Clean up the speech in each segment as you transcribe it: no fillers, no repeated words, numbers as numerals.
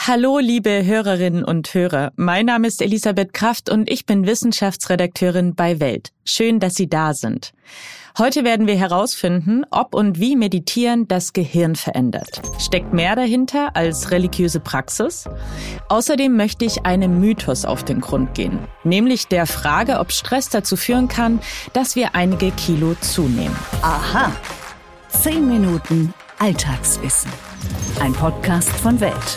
Hallo, liebe Hörerinnen und Hörer. Mein Name ist Elisabeth Kraft und ich bin Wissenschaftsredakteurin bei Welt. Schön, dass Sie da sind. Heute werden wir herausfinden, ob und wie Meditieren das Gehirn verändert. Steckt mehr dahinter als religiöse Praxis? Außerdem möchte ich einem Mythos auf den Grund gehen, nämlich der Frage, ob Stress dazu führen kann, dass wir einige Kilo zunehmen. Aha, 10 Minuten Alltagswissen. Ein Podcast von Welt.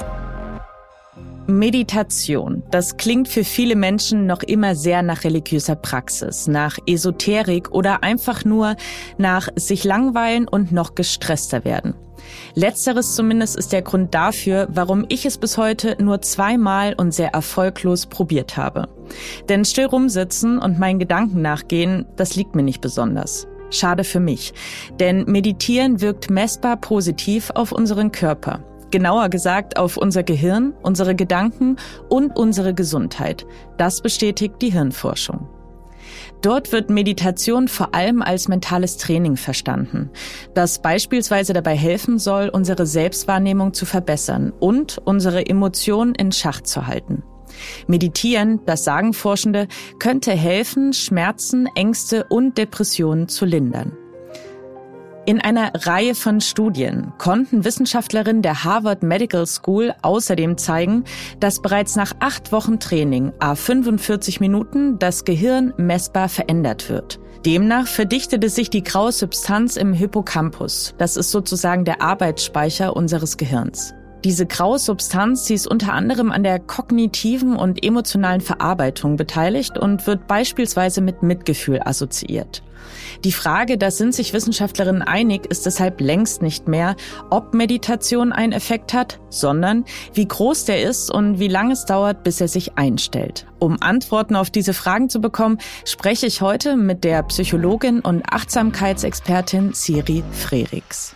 Meditation, das klingt für viele Menschen noch immer sehr nach religiöser Praxis, nach Esoterik oder einfach nur nach sich langweilen und noch gestresster werden. Letzteres zumindest ist der Grund dafür, warum ich es bis heute nur 2-mal und sehr erfolglos probiert habe. Denn still rumsitzen und meinen Gedanken nachgehen, das liegt mir nicht besonders. Schade für mich, denn Meditieren wirkt messbar positiv auf unseren Körper. Genauer gesagt auf unser Gehirn, unsere Gedanken und unsere Gesundheit. Das bestätigt die Hirnforschung. Dort wird Meditation vor allem als mentales Training verstanden, das beispielsweise dabei helfen soll, unsere Selbstwahrnehmung zu verbessern und unsere Emotionen in Schach zu halten. Meditieren, das sagen Forschende, könnte helfen, Schmerzen, Ängste und Depressionen zu lindern. In einer Reihe von Studien konnten Wissenschaftlerinnen der Harvard Medical School außerdem zeigen, dass bereits nach 8 Wochen Training à 45 Minuten das Gehirn messbar verändert wird. Demnach verdichtete sich die graue Substanz im Hippocampus. Das ist sozusagen der Arbeitsspeicher unseres Gehirns. Diese graue Substanz, sie ist unter anderem an der kognitiven und emotionalen Verarbeitung beteiligt und wird beispielsweise mit Mitgefühl assoziiert. Die Frage, da sind sich Wissenschaftlerinnen einig, ist deshalb längst nicht mehr, ob Meditation einen Effekt hat, sondern wie groß der ist und wie lange es dauert, bis er sich einstellt. Um Antworten auf diese Fragen zu bekommen, spreche ich heute mit der Psychologin und Achtsamkeitsexpertin Siri Frerichs.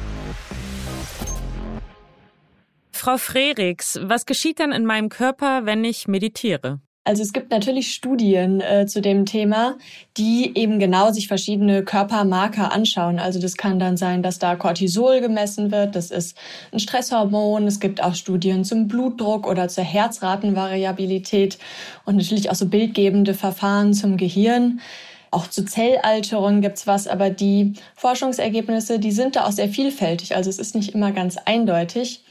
Frau Frerichs, was geschieht dann in meinem Körper, wenn ich meditiere? Also es gibt natürlich Studien zu dem Thema, die eben genau sich verschiedene Körpermarker anschauen. Also das kann dann sein, dass da Cortisol gemessen wird. Das ist ein Stresshormon. Es gibt auch Studien zum Blutdruck oder zur Herzratenvariabilität und natürlich auch so bildgebende Verfahren zum Gehirn. Auch zu Zellalterung gibt's was, aber die Forschungsergebnisse, die sind da auch sehr vielfältig. Also es ist nicht immer ganz eindeutig.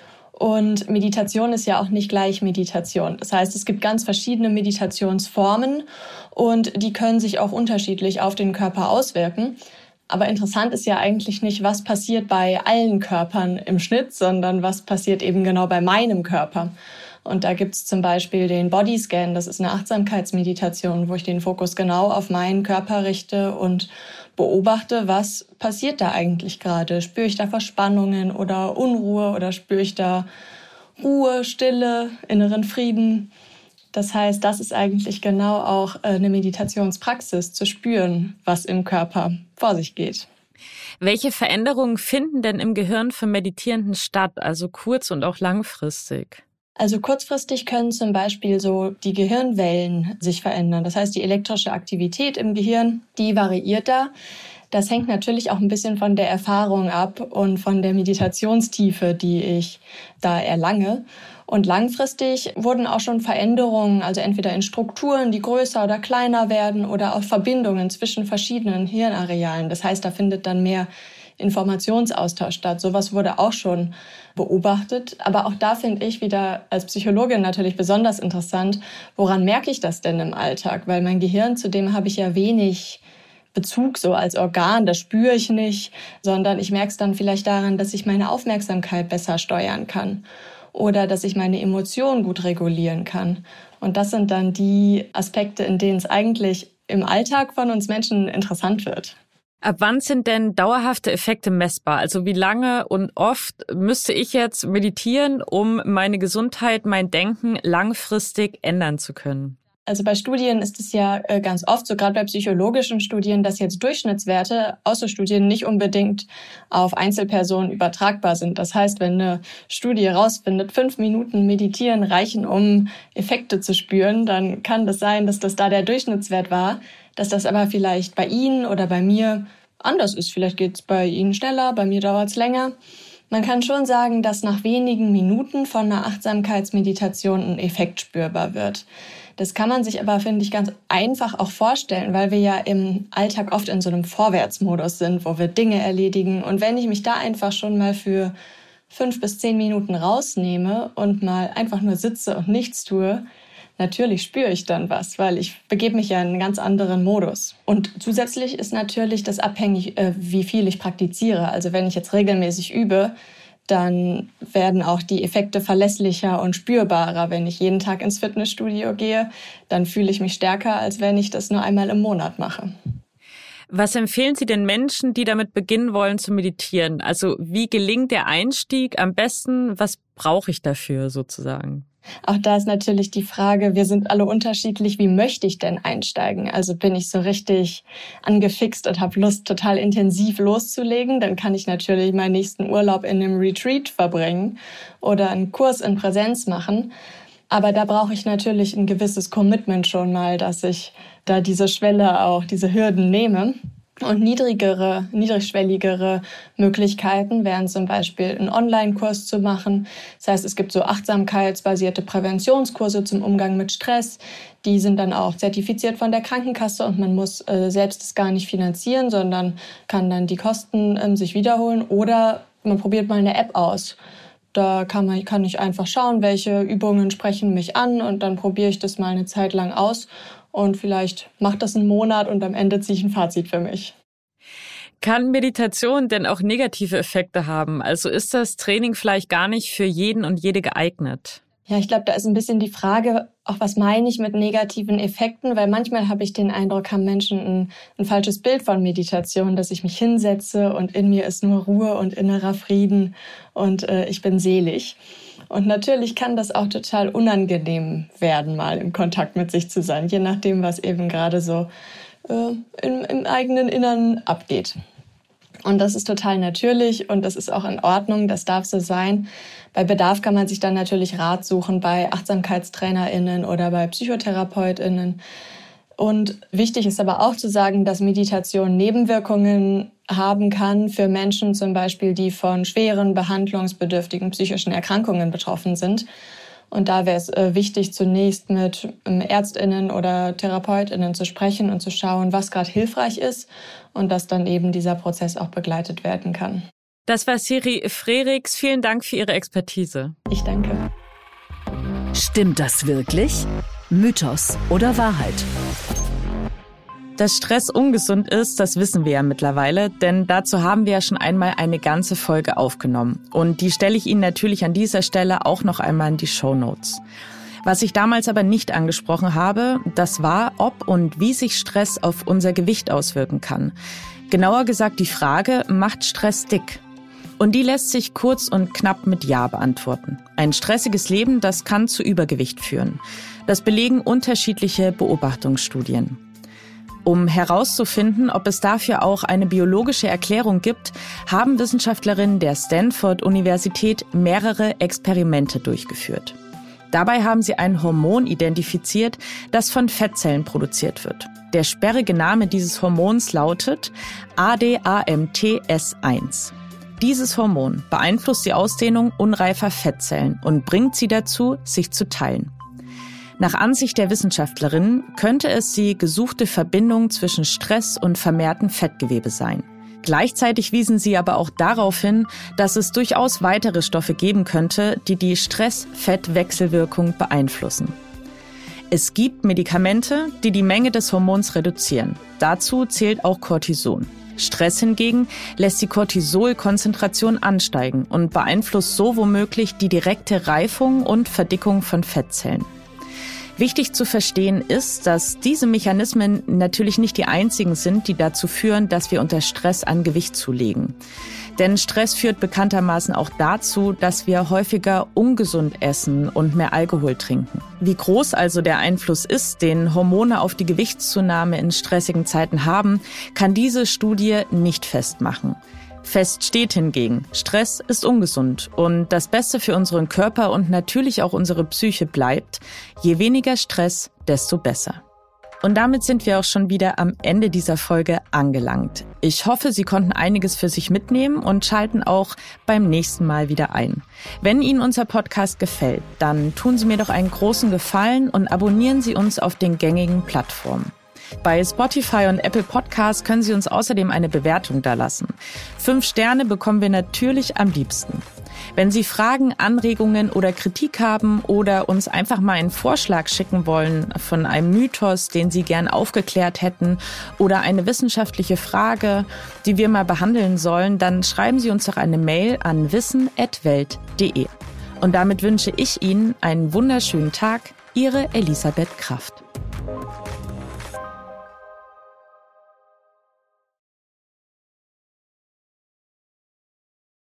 Und Meditation ist ja auch nicht gleich Meditation. Das heißt, es gibt ganz verschiedene Meditationsformen und die können sich auch unterschiedlich auf den Körper auswirken. Aber interessant ist ja eigentlich nicht, was passiert bei allen Körpern im Schnitt, sondern was passiert eben genau bei meinem Körper. Und da gibt's zum Beispiel den Bodyscan, das ist eine Achtsamkeitsmeditation, wo ich den Fokus genau auf meinen Körper richte und beobachte, was passiert da eigentlich gerade. Spüre ich da Verspannungen oder Unruhe oder spüre ich da Ruhe, Stille, inneren Frieden? Das heißt, das ist eigentlich genau auch eine Meditationspraxis, zu spüren, was im Körper vor sich geht. Welche Veränderungen finden denn im Gehirn für Meditierenden statt, also kurz- und auch langfristig? Also kurzfristig können zum Beispiel so die Gehirnwellen sich verändern. Das heißt, die elektrische Aktivität im Gehirn, die variiert da. Das hängt natürlich auch ein bisschen von der Erfahrung ab und von der Meditationstiefe, die ich da erlange. Und langfristig wurden auch schon Veränderungen, also entweder in Strukturen, die größer oder kleiner werden, oder auch Verbindungen zwischen verschiedenen Hirnarealen. Das heißt, da findet dann mehr Informationsaustausch statt. Sowas wurde auch schon beobachtet. Aber auch da finde ich wieder als Psychologin natürlich besonders interessant, woran merke ich das denn im Alltag? Weil mein Gehirn, zu dem habe ich ja wenig Bezug so als Organ, das spüre ich nicht, sondern ich merke es dann vielleicht daran, dass ich meine Aufmerksamkeit besser steuern kann oder dass ich meine Emotionen gut regulieren kann. Und das sind dann die Aspekte, in denen es eigentlich im Alltag von uns Menschen interessant wird. Ab wann sind denn dauerhafte Effekte messbar? Also wie lange und oft müsste ich jetzt meditieren, um meine Gesundheit, mein Denken langfristig ändern zu können? Also bei Studien ist es ja ganz oft, so gerade bei psychologischen Studien, dass jetzt Durchschnittswerte aus so Studien nicht unbedingt auf Einzelpersonen übertragbar sind. Das heißt, wenn eine Studie herausfindet, 5 Minuten meditieren reichen, um Effekte zu spüren, dann kann das sein, dass das da der Durchschnittswert war, dass das aber vielleicht bei Ihnen oder bei mir anders ist. Vielleicht geht es bei Ihnen schneller, bei mir dauert es länger. Man kann schon sagen, dass nach wenigen Minuten von einer Achtsamkeitsmeditation ein Effekt spürbar wird. Das kann man sich aber, finde ich, ganz einfach auch vorstellen, weil wir ja im Alltag oft in so einem Vorwärtsmodus sind, wo wir Dinge erledigen. Und wenn ich mich da einfach schon mal für 5 bis 10 Minuten rausnehme und mal einfach nur sitze und nichts tue, natürlich spüre ich dann was, weil ich begebe mich ja in einen ganz anderen Modus. Und zusätzlich ist natürlich das abhängig, wie viel ich praktiziere. Also wenn ich jetzt regelmäßig übe, dann werden auch die Effekte verlässlicher und spürbarer. Wenn ich jeden Tag ins Fitnessstudio gehe, dann fühle ich mich stärker, als wenn ich das nur einmal im Monat mache. Was empfehlen Sie den Menschen, die damit beginnen wollen zu meditieren? Also wie gelingt der Einstieg am besten? Was brauche ich dafür sozusagen? Auch da ist natürlich die Frage, wir sind alle unterschiedlich, wie möchte ich denn einsteigen? Also bin ich so richtig angefixt und habe Lust, total intensiv loszulegen, dann kann ich natürlich meinen nächsten Urlaub in einem Retreat verbringen oder einen Kurs in Präsenz machen. Aber da brauche ich natürlich ein gewisses Commitment schon mal, dass ich da diese Schwelle auch, diese Hürden nehme. Und niedrigschwelligere Möglichkeiten wären zum Beispiel einen Online-Kurs zu machen. Das heißt, es gibt so achtsamkeitsbasierte Präventionskurse zum Umgang mit Stress. Die sind dann auch zertifiziert von der Krankenkasse und man muss selbst es gar nicht finanzieren, sondern kann dann die Kosten sich wiederholen. Oder man probiert mal eine App aus. Da kann ich einfach schauen, welche Übungen sprechen mich an und dann probiere ich das mal eine Zeit lang aus. Und vielleicht macht das einen Monat und am Ende ziehe ich ein Fazit für mich. Kann Meditation denn auch negative Effekte haben? Also ist das Training vielleicht gar nicht für jeden und jede geeignet? Ja, ich glaube, da ist ein bisschen die Frage, auch was meine ich mit negativen Effekten? Weil manchmal habe ich den Eindruck, haben Menschen ein falsches Bild von Meditation, dass ich mich hinsetze und in mir ist nur Ruhe und innerer Frieden und ich bin selig. Und natürlich kann das auch total unangenehm werden, mal im Kontakt mit sich zu sein, je nachdem, was eben gerade so im eigenen Innern abgeht. Und das ist total natürlich und das ist auch in Ordnung, das darf so sein. Bei Bedarf kann man sich dann natürlich Rat suchen bei AchtsamkeitstrainerInnen oder bei PsychotherapeutInnen. Und wichtig ist aber auch zu sagen, dass Meditation Nebenwirkungen haben kann für Menschen zum Beispiel, die von schweren, behandlungsbedürftigen psychischen Erkrankungen betroffen sind. Und da wäre es wichtig, zunächst mit ÄrztInnen oder TherapeutInnen zu sprechen und zu schauen, was gerade hilfreich ist und dass dann eben dieser Prozess auch begleitet werden kann. Das war Siri Frerichs. Vielen Dank für Ihre Expertise. Ich danke. Stimmt das wirklich? Mythos oder Wahrheit? Dass Stress ungesund ist, das wissen wir ja mittlerweile, denn dazu haben wir ja schon einmal eine ganze Folge aufgenommen. Und die stelle ich Ihnen natürlich an dieser Stelle auch noch einmal in die Shownotes. Was ich damals aber nicht angesprochen habe, das war, ob und wie sich Stress auf unser Gewicht auswirken kann. Genauer gesagt die Frage, macht Stress dick? Und die lässt sich kurz und knapp mit Ja beantworten. Ein stressiges Leben, das kann zu Übergewicht führen. Das belegen unterschiedliche Beobachtungsstudien. Um herauszufinden, ob es dafür auch eine biologische Erklärung gibt, haben Wissenschaftlerinnen der Stanford-Universität mehrere Experimente durchgeführt. Dabei haben sie ein Hormon identifiziert, das von Fettzellen produziert wird. Der sperrige Name dieses Hormons lautet ADAMTS1. Dieses Hormon beeinflusst die Ausdehnung unreifer Fettzellen und bringt sie dazu, sich zu teilen. Nach Ansicht der Wissenschaftlerinnen könnte es die gesuchte Verbindung zwischen Stress und vermehrtem Fettgewebe sein. Gleichzeitig wiesen sie aber auch darauf hin, dass es durchaus weitere Stoffe geben könnte, die die Stress-Fett-Wechselwirkung beeinflussen. Es gibt Medikamente, die die Menge des Hormons reduzieren. Dazu zählt auch Cortison. Stress hingegen lässt die Cortisolkonzentration ansteigen und beeinflusst so womöglich die direkte Reifung und Verdickung von Fettzellen. Wichtig zu verstehen ist, dass diese Mechanismen natürlich nicht die einzigen sind, die dazu führen, dass wir unter Stress an Gewicht zulegen. Denn Stress führt bekanntermaßen auch dazu, dass wir häufiger ungesund essen und mehr Alkohol trinken. Wie groß also der Einfluss ist, den Hormone auf die Gewichtszunahme in stressigen Zeiten haben, kann diese Studie nicht festmachen. Fest steht hingegen, Stress ist ungesund und das Beste für unseren Körper und natürlich auch unsere Psyche bleibt, je weniger Stress, desto besser. Und damit sind wir auch schon wieder am Ende dieser Folge angelangt. Ich hoffe, Sie konnten einiges für sich mitnehmen und schalten auch beim nächsten Mal wieder ein. Wenn Ihnen unser Podcast gefällt, dann tun Sie mir doch einen großen Gefallen und abonnieren Sie uns auf den gängigen Plattformen. Bei Spotify und Apple Podcasts können Sie uns außerdem eine Bewertung dalassen. 5 Sterne bekommen wir natürlich am liebsten. Wenn Sie Fragen, Anregungen oder Kritik haben oder uns einfach mal einen Vorschlag schicken wollen von einem Mythos, den Sie gern aufgeklärt hätten, oder eine wissenschaftliche Frage, die wir mal behandeln sollen, dann schreiben Sie uns doch eine Mail an wissen@welt.de. Und damit wünsche ich Ihnen einen wunderschönen Tag. Ihre Elisabeth Kraft.